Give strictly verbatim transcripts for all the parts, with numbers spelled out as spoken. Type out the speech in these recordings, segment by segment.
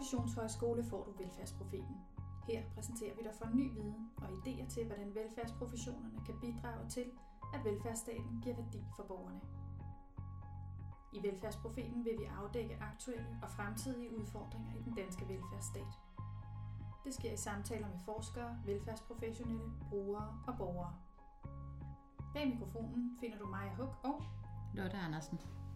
Professionshøjskole får du Velfærdsprofeten. Her præsenterer vi dig for ny viden og idéer til, hvordan velfærdsprofessionerne kan bidrage til, at velfærdsstaten giver værdi for borgerne. I Velfærdsprofeten vil vi afdække aktuelle og fremtidige udfordringer i den danske velfærdsstat. Det sker i samtaler med forskere, velfærdsprofessionelle, brugere og borgere. Bag mikrofonen finder du Maja Huk og Lotte Andersen.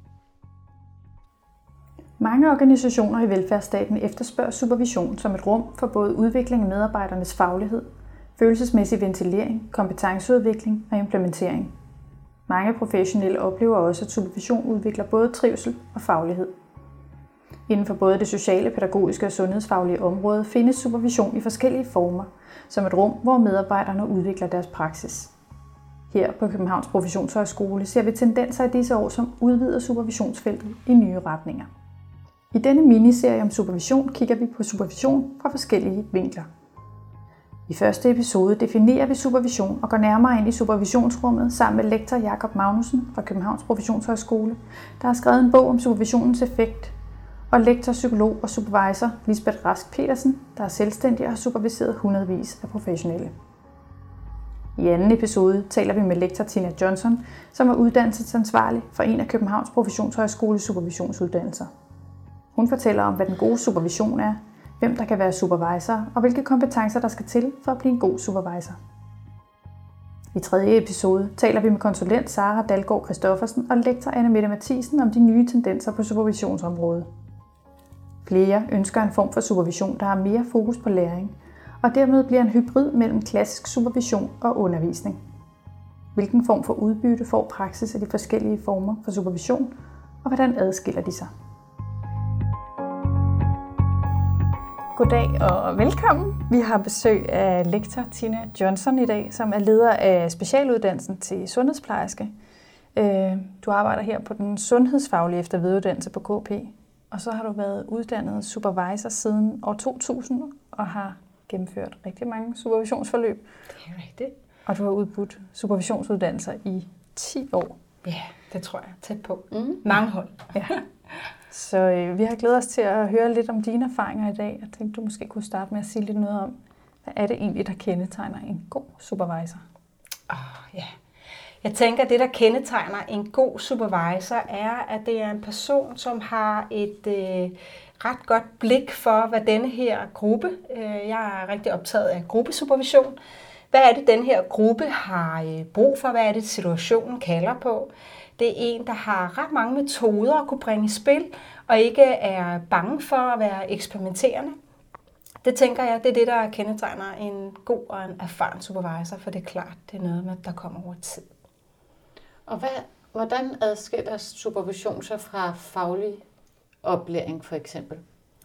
Mange organisationer i velfærdsstaten efterspørger supervision som et rum for både udvikling af medarbejdernes faglighed, følelsesmæssig ventilering, kompetenceudvikling og implementering. Mange professionelle oplever også, at supervision udvikler både trivsel og faglighed. Inden for både det sociale, pædagogiske og sundhedsfaglige område findes supervision i forskellige former, som et rum, hvor medarbejderne udvikler deres praksis. Her på Københavns Professionshøjskole ser vi tendenser i disse år, som udvider supervisionsfeltet i nye retninger. I denne miniserie om supervision kigger vi på supervision fra forskellige vinkler. I første episode definerer vi supervision og går nærmere ind i supervisionsrummet sammen med lektor Jakob Magnussen fra Københavns Professionshøjskole, der har skrevet en bog om supervisionens effekt, og lektor, psykolog og supervisor Lisbeth Rask Petersen, der er selvstændig og har superviseret hundredvis af professionelle. I anden episode taler vi med lektor Tina Johnson, som er uddannelsesansvarlig for en af Københavns Professionshøjskoles supervisionsuddannelser. Hun fortæller om, hvad den gode supervision er, hvem der kan være supervisor og hvilke kompetencer der skal til for at blive en god supervisor. I tredje episode taler vi med konsulent Sara Dalgaard Christoffersen og lektor Anne Mette Mathisen om de nye tendenser på supervisionsområdet. Flere ønsker en form for supervision, der har mere fokus på læring, og dermed bliver en hybrid mellem klassisk supervision og undervisning. Hvilken form for udbytte får praksis af de forskellige former for supervision, og hvordan adskiller de sig? Goddag og velkommen. Vi har besøg af lektor Tina Johnson i dag, som er leder af specialuddannelsen til sundhedsplejerske. Du arbejder her på den sundhedsfaglige eftervidereuddannelse på K P, og så har du været uddannet supervisor siden år to tusind og har gennemført rigtig mange supervisionsforløb. Det er rigtigt. Og du har udbudt supervisionsuddannelser i ti år. Ja, det tror jeg. Tæt på. Mm. Mange hold. Ja. Så øh, vi har glædet os til at høre lidt om dine erfaringer i dag. Jeg tænkte, du måske kunne starte med at sige lidt noget om, hvad er det egentlig, der kendetegner en god supervisor? Oh, ja. Jeg tænker, at det, der kendetegner en god supervisor, er, at det er en person, som har et øh, ret godt blik for, hvad denne her gruppe, øh, jeg er rigtig optaget af gruppesupervision, hvad er det, den her gruppe har øh, brug for, hvad er det, situationen kalder på. Det er en, der har ret mange metoder at kunne bringe i spil, og ikke er bange for at være eksperimenterende. Det tænker jeg, det er det, der kendetegner en god og en erfaren supervisor, for det er klart, det er noget, med, der kommer over tid. Og hvad, hvordan adskiller supervision sig fra faglig oplæring for eksempel?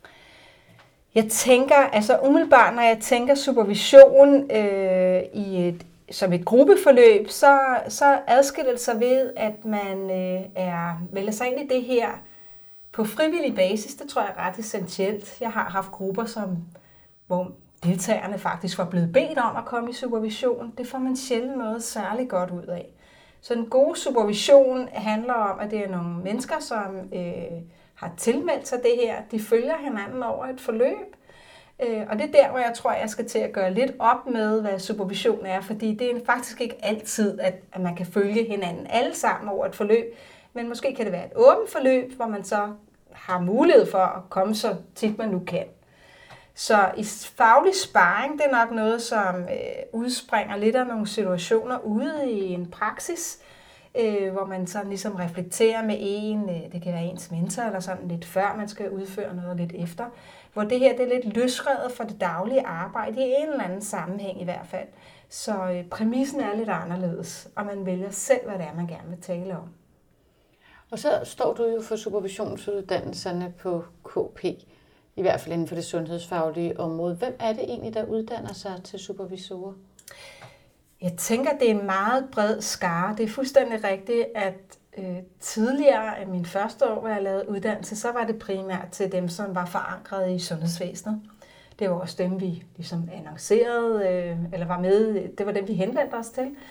Jeg tænker, altså umiddelbart, når jeg tænker supervision øh, i et som et gruppeforløb, så, så adskiller det sig ved, at man øh, er vælger sig ind i det her på frivillig basis. Det tror jeg er ret essentielt. Jeg har haft grupper, som, hvor deltagerne faktisk var blevet bedt om at komme i supervision. Det får man sjældent noget særligt godt ud af. Så en god supervision handler om, at det er nogle mennesker, som øh, har tilmeldt sig det her. De følger hinanden over et forløb. Og det er der, hvor jeg tror, jeg skal til at gøre lidt op med, hvad supervision er, fordi det er faktisk ikke altid, at man kan følge hinanden alle sammen over et forløb, men måske kan det være et åbent forløb, hvor man så har mulighed for at komme så tit man nu kan. Så i faglig sparring, det er nok noget, som øh, udspringer lidt af nogle situationer ude i en praksis, øh, hvor man så ligesom reflekterer med en, øh, det kan være ens mentor eller sådan lidt før man skal udføre noget lidt efter, hvor det her det er lidt løsredet fra det daglige arbejde, i en eller anden sammenhæng i hvert fald. Så øh, præmissen er lidt anderledes, og man vælger selv, hvad det er, man gerne vil tale om. Og så står du jo for supervisionsuddannelserne på K P, i hvert fald inden for det sundhedsfaglige område. Hvem er det egentlig, der uddanner sig til supervisorer? Jeg tænker, det er en meget bred skare. Det er fuldstændig rigtigt, at øh, tidligere, i min første år, hvor jeg lavede uddannelse, så var det primært til dem, som var forankret i sundhedsvæsenet. Det var også dem, vi ligesom annoncerede, øh, eller var med, det var dem, vi henvendte os til.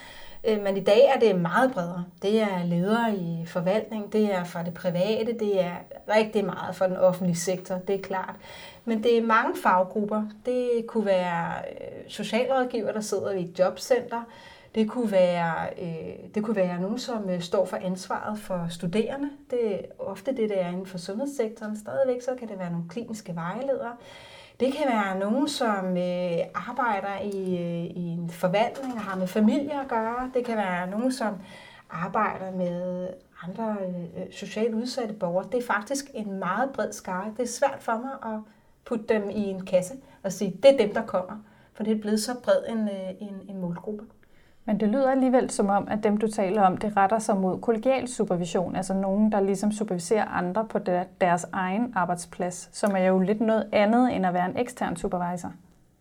Men i dag er det meget bredere. Det er ledere i forvaltning, det er fra det private, det er rigtig meget fra den offentlige sektor, det er klart. Men det er mange faggrupper. Det kunne være socialrådgiver, der sidder i et jobcenter. Det kunne være, øh, det kunne være nogen, som øh, står for ansvaret for studerende. Det er ofte det, der er inden for sundhedssektoren. Stadigvæk så kan det være nogle kliniske vejledere. Det kan være nogen, som øh, arbejder i, øh, i en forvaltning og har med familie at gøre. Det kan være nogen, som arbejder med andre øh, socialt udsatte borgere. Det er faktisk en meget bred skare. Det er svært for mig at putte dem i en kasse og sige, det er dem, der kommer. For det er blevet så bred en, øh, en, en målgruppe. Men det lyder alligevel som om, at dem, du taler om, det retter sig mod kollegial supervision, altså nogen, der ligesom superviserer andre på deres egen arbejdsplads, som er jo lidt noget andet, end at være en ekstern supervisor.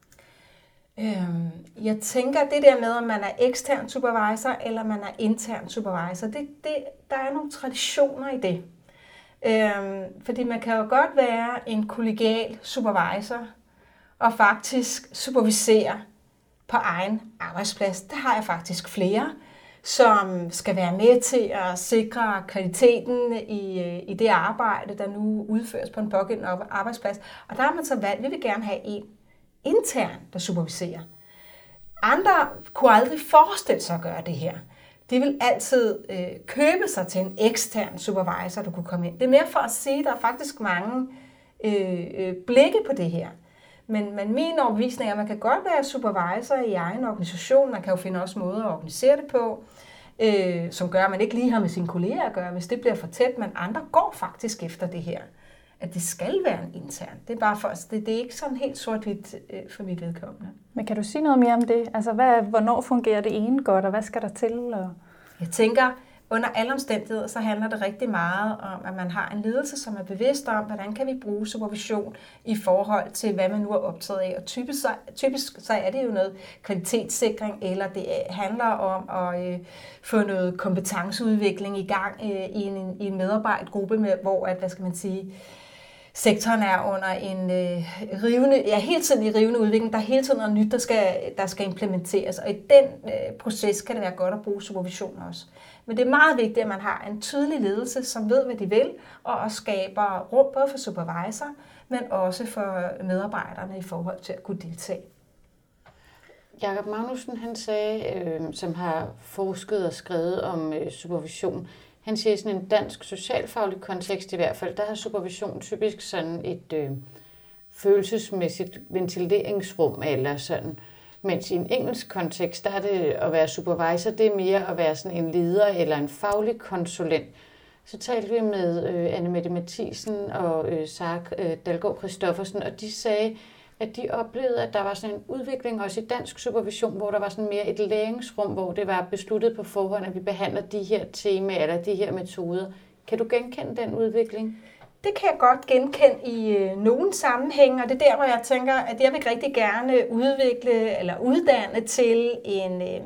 Øhm, jeg tænker, det der med, om man er ekstern supervisor, eller man er intern supervisor, det, det, der er nogle traditioner i det. Øhm, fordi man kan jo godt være en kollegial supervisor, og faktisk supervisere på egen arbejdsplads. Der har jeg faktisk flere, som skal være med til at sikre kvaliteten i, i det arbejde, der nu udføres på en pågældende arbejdsplads. Og der har man så valgt, vi vil gerne have en intern, der superviserer. Andre kunne aldrig forestille sig at gøre det her. De vil altid øh, købe sig til en ekstern supervisor, der kunne komme ind. Det er mere for at sige, at der er faktisk mange øh, øh, blikke på det her. Men, men min overbevisning er, at man kan godt være supervisor i egen organisation. Man kan jo finde også måder at organisere det på, øh, som gør, at man ikke lige har med sine kolleger at gøre, hvis det bliver for tæt. Men andre går faktisk efter det her, at det skal være en intern. Det er bare for, det, det er ikke sådan helt sort-hvidt øh, for mit vedkommende. Men kan du sige noget mere om det? Altså, hvad, hvornår fungerer det ene godt, og hvad skal der til? Og... Jeg tænker, under alle omstændigheder, så handler det rigtig meget om, at man har en ledelse, som er bevidst om, hvordan kan vi bruge supervision i forhold til, hvad man nu er optaget af. Og typisk så, typisk så er det jo noget kvalitetssikring, eller det handler om at øh, få noget kompetenceudvikling i gang øh, i en, i en medarbejdergruppe, med, hvor at, hvad skal man sige, sektoren er under en øh, rivende, ja, hele tiden i rivende udvikling. Der er hele tiden noget nyt, der skal, der skal implementeres, og i den øh, proces kan det være godt at bruge supervision også. Men det er meget vigtigt, at man har en tydelig ledelse, som ved, hvad de vil, og også skaber rum både for supervisor, men også for medarbejderne i forhold til at kunne deltage. Jakob Magnussen, han sagde, øh, som har forsket og skrevet om øh, supervision, han siger, i sådan en dansk socialfaglig kontekst i hvert fald, der har supervision typisk sådan et øh, følelsesmæssigt ventileringsrum eller sådan. Mens i en engelsk kontekst, der er det at være supervisor, det er mere at være sådan en leder eller en faglig konsulent. Så talte vi med øh, Anne-Mette Mathisen og øh, Sara øh, Dalgaard Christoffersen, og de sagde, at de oplevede, at der var sådan en udvikling også i dansk supervision, hvor der var sådan mere et læringsrum, hvor det var besluttet på forhånd, at vi behandler de her temaer eller de her metoder. Kan du genkende den udvikling? Det kan jeg godt genkende i øh, nogle sammenhænge, og det er der, hvor jeg tænker, at jeg vil rigtig gerne udvikle eller uddanne til en, øh,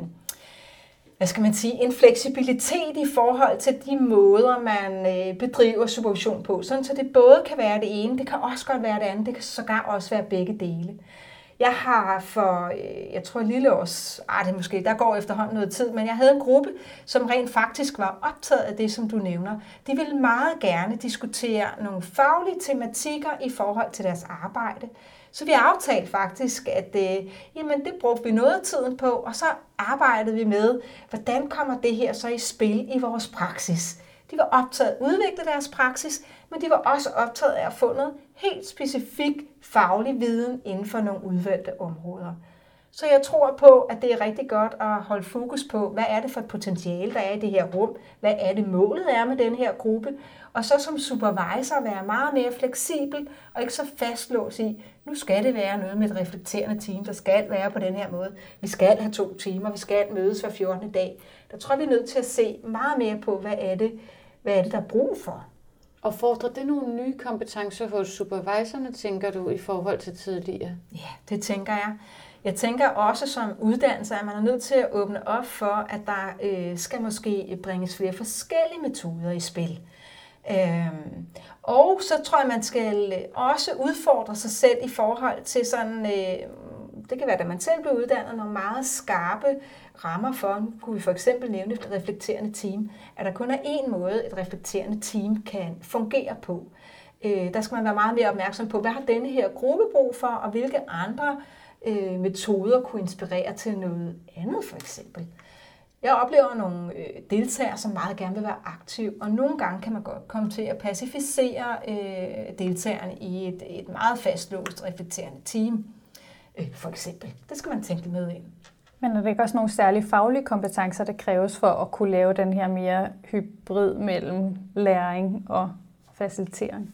hvad skal man sige, en fleksibilitet i forhold til de måder, man øh, bedriver supervision på. Sådan så det både kan være det ene, det kan også godt være det andet, det kan sågar også være begge dele. Jeg har for, jeg tror lille års, ah, det måske, der går efterhånden noget tid, men jeg havde en gruppe, som rent faktisk var optaget af det, som du nævner. De ville meget gerne diskutere nogle faglige tematikker i forhold til deres arbejde. Så vi aftalte faktisk, at øh, jamen, det brugte vi noget af tiden på, og så arbejdede vi med, hvordan kommer det her så i spil i vores praksis. De var optaget af at udvikle deres praksis, men de var også optaget af at få noget helt specifik faglig viden inden for nogle udvalgte områder. Så jeg tror på, at det er rigtig godt at holde fokus på, hvad er det for et potentiale, der er i det her rum, hvad er det målet er med den her gruppe, og så som supervisor være meget mere fleksibel og ikke så fastlåst i, nu skal det være noget med et reflekterende team, der skal være på den her måde. Vi skal have to timer, vi skal mødes hver fjortende dag. Der tror jeg, vi er nødt til at se meget mere på, hvad er det, hvad er det der er brug for. Og fordrer det nogle nye kompetencer hos supervisorerne, tænker du, i forhold til tidligere? Ja, det tænker jeg. Jeg tænker også som uddannelse, at man er nødt til at åbne op for, at der øh, skal måske bringes flere forskellige metoder i spil. Øhm, og så tror jeg, man skal også udfordre sig selv i forhold til sådan, øh, Det kan være, at man selv bliver uddannet nogle meget skarpe rammer for. Nu kunne vi for eksempel nævne et reflekterende team. At der kun er én måde, et reflekterende team kan fungere på. Øh, der skal man være meget mere opmærksom på, hvad har denne her gruppe brug for, og hvilke andre øh, metoder kunne inspirere til noget andet for eksempel. Jeg oplever nogle øh, deltagere, som meget gerne vil være aktive, og nogle gange kan man godt komme til at pacificere øh, deltagerne i et, et meget fastlåst reflekterende team, øh, for eksempel. Det skal man tænke med ind. Men er det ikke også nogle særlige faglige kompetencer, der kræves for at kunne lave den her mere hybrid mellem læring og facilitering?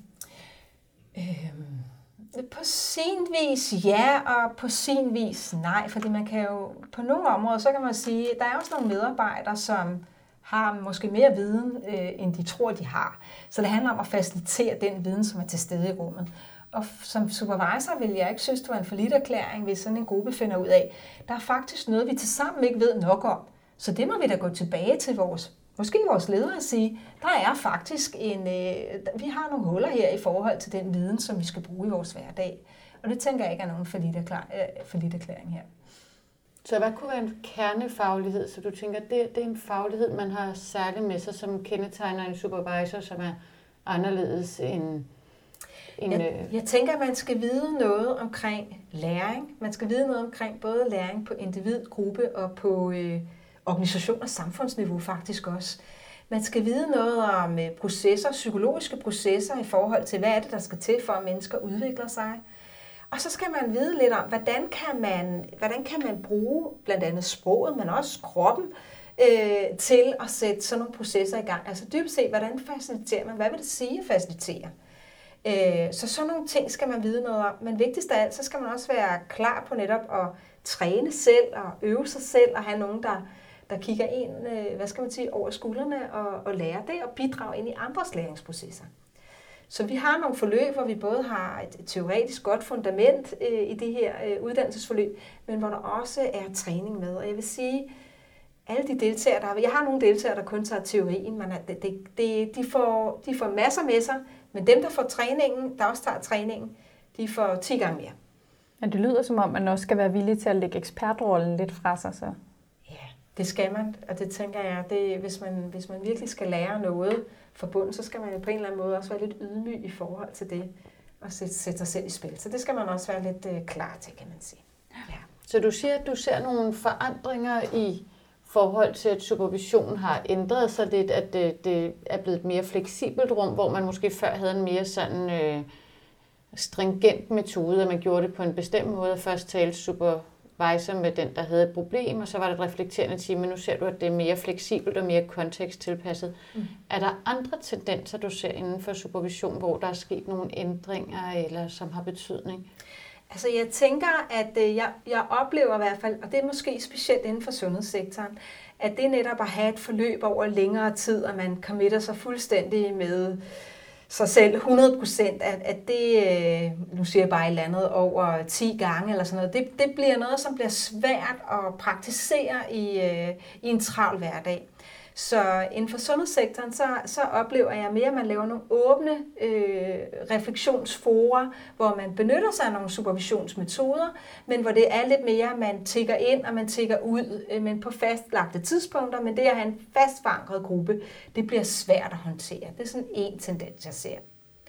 Øhm, på sin vis ja, og på sin vis nej, fordi man kan jo på nogle områder, så kan man sige, der er også nogle medarbejdere, som har måske mere viden, øh, end de tror, de har. Så det handler om at facilitere den viden, som er til stede i rummet. Og som supervisor vil jeg ikke synes, det var en forlitterklæring, hvis sådan en gruppe finder ud af, der er faktisk noget, vi tilsammen ikke ved nok om. Så det må vi da gå tilbage til vores, måske vores ledere og sige, der er faktisk en, øh, vi har nogle huller her i forhold til den viden, som vi skal bruge i vores hverdag. Og det tænker jeg ikke er nogen forlitterklæring her. Så hvad kunne være en kernefaglighed, så du tænker, det, det er en faglighed, man har særligt med sig, som kendetegner en supervisor, som er anderledes end... En, jeg, jeg tænker, at man skal vide noget omkring læring. Man skal vide noget omkring både læring på individ, gruppe og på øh, organisation og samfundsniveau faktisk også. Man skal vide noget om øh, processer, psykologiske processer i forhold til, hvad er det, der skal til for, at mennesker udvikler sig. Og så skal man vide lidt om, hvordan kan man, hvordan kan man bruge blandt andet sproget, men også kroppen, øh, til at sætte sådan nogle processer i gang. Altså dybest set, hvordan faciliterer man? Hvad vil det sige at facilitere? Så sådan nogle ting skal man vide noget om. Men vigtigst af alt, så skal man også være klar på netop at træne selv og øve sig selv og have nogen, der, der kigger ind, hvad skal man sige, over skuldrene og, og lærer det og bidrager ind i andres læringsprocesser. Så vi har nogle forløb, hvor vi både har et teoretisk godt fundament øh, i det her øh, uddannelsesforløb, men hvor der også er træning med. Og jeg vil sige, alle de deltagere, der har, jeg har nogle deltagere, der kun tager teorien, men det, det, det, de, får, de får masser med sig, men dem, der får træningen, der også tager træningen, de får ti gange mere. Men det lyder som om, man også skal være villig til at lægge ekspertrollen lidt fra sig så. Ja, det skal man, og det tænker jeg, det, hvis, man, hvis man virkelig skal lære noget forbundet, så skal man på en eller anden måde også være lidt ydmyg i forhold til det, og sætte, sætte sig selv i spil. Så det skal man også være lidt øh, klar til, kan man sige. Ja. Så du siger, at du ser nogle forandringer i forhold til, at supervision har ændret sig lidt, at det, det er blevet et mere fleksibelt rum, hvor man måske før havde en mere sådan øh, stringent metode, at man gjorde det på en bestemt måde. Først talte supervisor med den, der havde et problem, og så var det et reflekterende team, men nu ser du, at det er mere fleksibelt og mere konteksttilpasset. Mm. Er der andre tendenser, du ser inden for supervision, hvor der er sket nogle ændringer, eller som har betydning? Altså jeg tænker, at øh, jeg, jeg oplever i hvert fald, og det er måske specielt inden for sundhedssektoren, at det netop at have et forløb over længere tid, og man committer sig fuldstændig med sig selv hundrede procent, at, at det, øh, nu siger jeg bare et eller andet, over ti gange eller sådan noget, det, det bliver noget, som bliver svært at praktisere i, øh, i en travl hverdag. Så inden for sundhedssektoren, så, så oplever jeg mere, at man laver nogle åbne øh, refleksionsfora, hvor man benytter sig af nogle supervisionsmetoder, men hvor det er lidt mere, at man tigger ind og man tigger ud, øh, men på fastlagte tidspunkter. Men det at have en fast forankret gruppe, det bliver svært at håndtere. Det er sådan en tendens, jeg ser.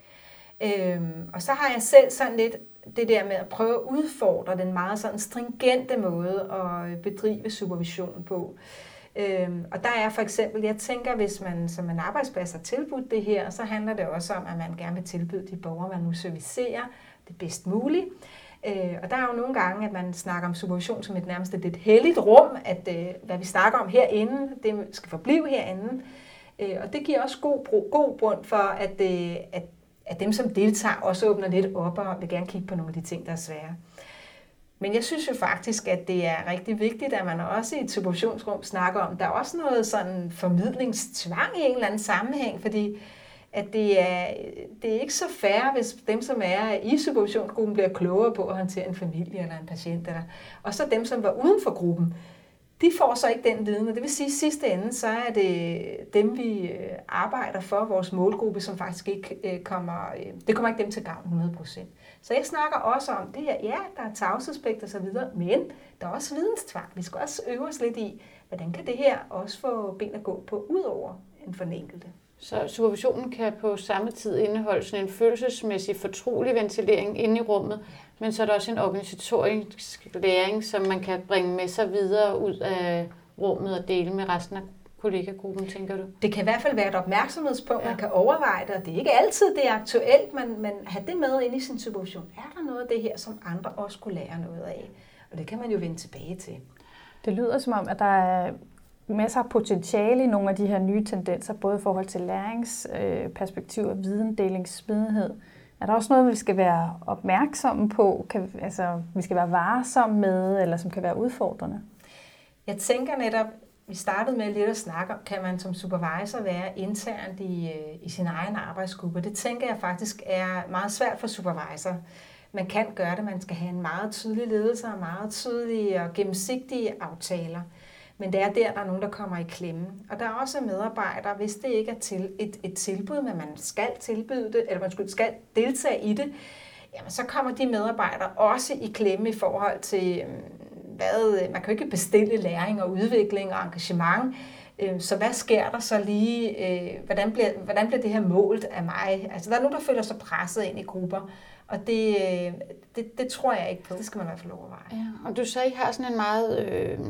Øhm, og så har jeg selv sådan lidt det der med at prøve at udfordre den meget sådan stringente måde at bedrive supervision på. Øhm, og der er for eksempel, jeg tænker, hvis man som en arbejdsplads har tilbudt det her, så handler det også om, at man gerne vil tilbyde de borgere, man nu servicerer, det bedst muligt. Øh, og der er jo nogle gange, at man snakker om supervision som et nærmest et lidt helligt rum, at øh, hvad vi snakker om herinde, det skal forblive herinde. Øh, og det giver også god, god grund for, at, øh, at, at dem, som deltager, også åbner lidt op og vil gerne kigge på nogle af de ting, der er svære. Men jeg synes jo faktisk, at det er rigtig vigtigt, at man også i et supervisionsrum snakker om, der er også noget sådan formidlingstvang i en eller anden sammenhæng, fordi at det er, det er ikke så fair, hvis dem, som er i supervisionsgruppen, bliver klogere på at håndtere en familie eller en patient, eller, og så dem, som var uden for gruppen, De får så ikke den viden, og det vil sige, at sidste ende, så er det dem, vi arbejder for, vores målgruppe, som faktisk ikke kommer, det kommer ikke dem til gavn hundrede procent. Så jeg snakker også om det her, ja, der er tavshedspligt og så videre, men der er også videnstvang. Vi skal også øve os lidt i, hvordan kan det her også få ben at gå på, ud over en for den enkelte. Så supervisionen kan på samme tid indeholde sådan en følelsesmæssig fortrolig ventilering inde i rummet, men så er der også en organisatorisk læring, som man kan bringe med sig videre ud af rummet og dele med resten af kollegagruppen, tænker du? Det kan i hvert fald være et opmærksomhedspunkt, ja. Man kan overveje det, og det er ikke altid det er aktuelt, men, men have det med ind i sin supervision. Er der noget af det her, som andre også kunne lære noget af? Og det kan man jo vende tilbage til. Det lyder som om, at der er masser af potentiale i nogle af de her nye tendenser, både i forhold til læringsperspektiv og videndeling, smidighed. Er der også noget, vi skal være opmærksomme på, kan, altså vi skal være varsomme med, eller som kan være udfordrende? Jeg tænker netop, vi startede med lidt at snakke om, kan man som supervisor være internt i, i sin egen arbejdsgruppe. Det tænker jeg faktisk er meget svært for supervisor. Man kan gøre det, man skal have en meget tydelig ledelse og meget tydelige og gennemsigtige aftaler. Men det er der, der er nogen, der kommer i klemme. Og der er også medarbejdere, hvis det ikke er til et, et tilbud, men man skal tilbyde det, eller man skal deltage i det, jamen så kommer de medarbejdere også i klemme i forhold til, hvad, man kan jo ikke bestille læring og udvikling og engagement. Så hvad sker der så lige? Hvordan bliver, hvordan bliver det her målt af mig? Altså der er nogen, der føler sig presset ind i grupper. Og det, det, det tror jeg ikke på. Det skal man i hvert fald overveje. Ja, og du sagde, at I har sådan en meget øh,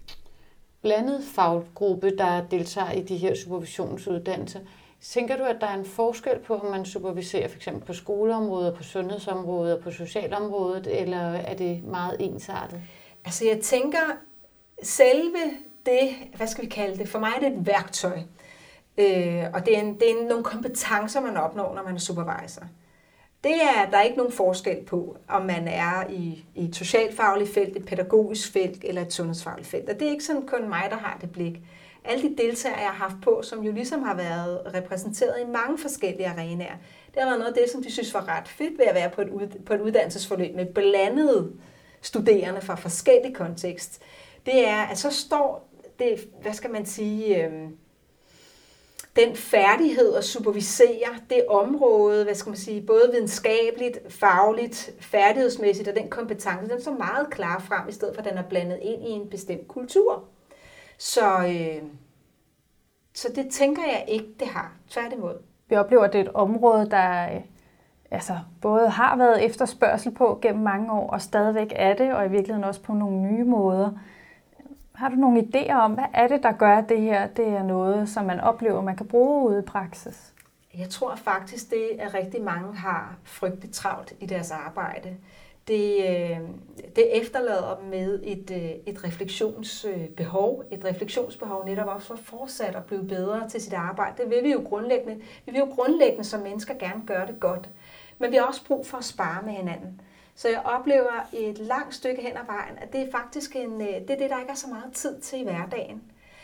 blandet faggruppe, der deltager i de her supervisionsuddannelser. Tænker du, at der er en forskel på, om man superviserer for eksempel på skoleområdet, på sundhedsområdet, på socialområdet, eller er det meget ensartet? Altså jeg tænker, selve det, hvad skal vi kalde det, for mig er det et værktøj. Øh, og det er, en, det er nogle kompetencer, man opnår, når man er supervisor. Det er, der er ikke nogen forskel på, om man er i, i et socialfagligt felt, et pædagogisk felt eller et sundhedsfagligt felt. Og det er ikke sådan kun mig, der har det blik. Alle de deltagere, jeg har haft på, som jo ligesom har været repræsenteret i mange forskellige arenaer, det har været noget af det, som de synes var ret fedt ved at være på et, ud, på et uddannelsesforløb med blandede studerende fra forskellige kontekst. Det er, at så står det, hvad skal man sige, øh, den færdighed at supervisere det område, hvad skal man sige, både videnskabeligt, fagligt, færdighedsmæssigt, og den kompetence, den så meget klar frem, i stedet for at den er blandet ind i en bestemt kultur. Så, øh, så det tænker jeg ikke, det har. Tværtimod. Vi oplever, at det er et område, der øh, altså, både har været efterspørgsel på gennem mange år, og stadigvæk er det, og i virkeligheden også på nogle nye måder. Har du nogle idéer om, hvad er det, der gør, at det her det er noget, som man oplever, man kan bruge ude i praksis? Jeg tror faktisk, det er rigtig mange har frygteligt travlt i deres arbejde. Det, det efterlader dem med et, et refleksionsbehov, et refleksionsbehov netop også for fortsat at blive bedre til sit arbejde. Det vil vi jo grundlæggende. Vi vil jo grundlæggende som mennesker gerne gøre det godt, men vi har også brug for at spare med hinanden. Så jeg oplever et langt stykke hen ad vejen, at det er faktisk en, det er det, der ikke er så meget tid til i hverdagen.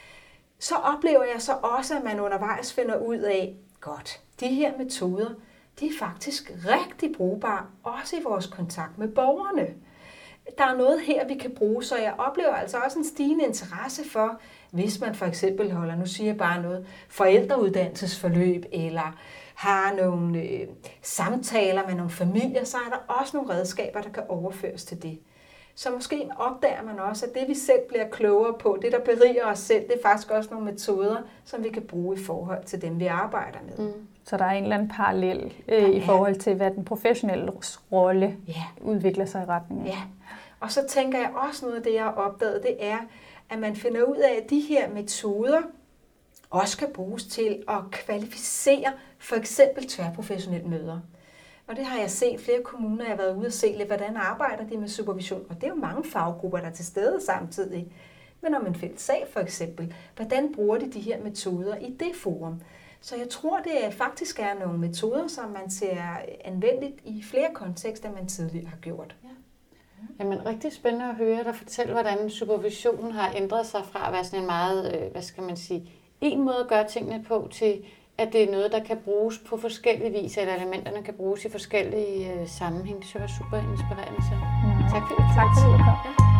Så oplever jeg så også, at man undervejs finder ud af, godt, de her metoder, de er faktisk rigtig brugbare, også i vores kontakt med borgerne. Der er noget her, vi kan bruge, så jeg oplever altså også en stigende interesse for, hvis man for eksempel holder, nu siger jeg bare noget, forældreuddannelsesforløb, eller har nogle øh, samtaler med nogle familier, så er der også nogle redskaber, der kan overføres til det. Så måske opdager man også, at det vi selv bliver klogere på, det der beriger os selv, det er faktisk også nogle metoder, som vi kan bruge i forhold til dem, vi arbejder med. Mm. Så der er en eller anden parallel øh, i forhold til, hvad den professionelle rolle ja. udvikler sig i retning af. Ja, og så tænker jeg også noget af det, jeg har opdaget, det er, at man finder ud af, at de her metoder også kan bruges til at kvalificere for eksempel tværprofessionelle møder. Og det har jeg set flere kommuner, jeg har været ude og se lidt, hvordan arbejder de med supervision. Og det er jo mange faggrupper, der er til stede samtidig. Men om en fælles sag for eksempel, hvordan bruger de de her metoder i det forum? Så jeg tror, det faktisk er nogle metoder, som man ser anvendeligt i flere kontekster, end man tidligere har gjort. Ja. Jamen, rigtig spændende at høre dig fortælle, hvordan supervisionen har ændret sig fra at være sådan en meget, hvad skal man sige, en måde at gøre tingene på, til at det er noget, der kan bruges på forskellige vis, eller elementerne kan bruges i forskellige sammenhæng. Det synes jeg var super inspirerende. Så. Ja. Tak for det. Tak for det, du kom. Ja.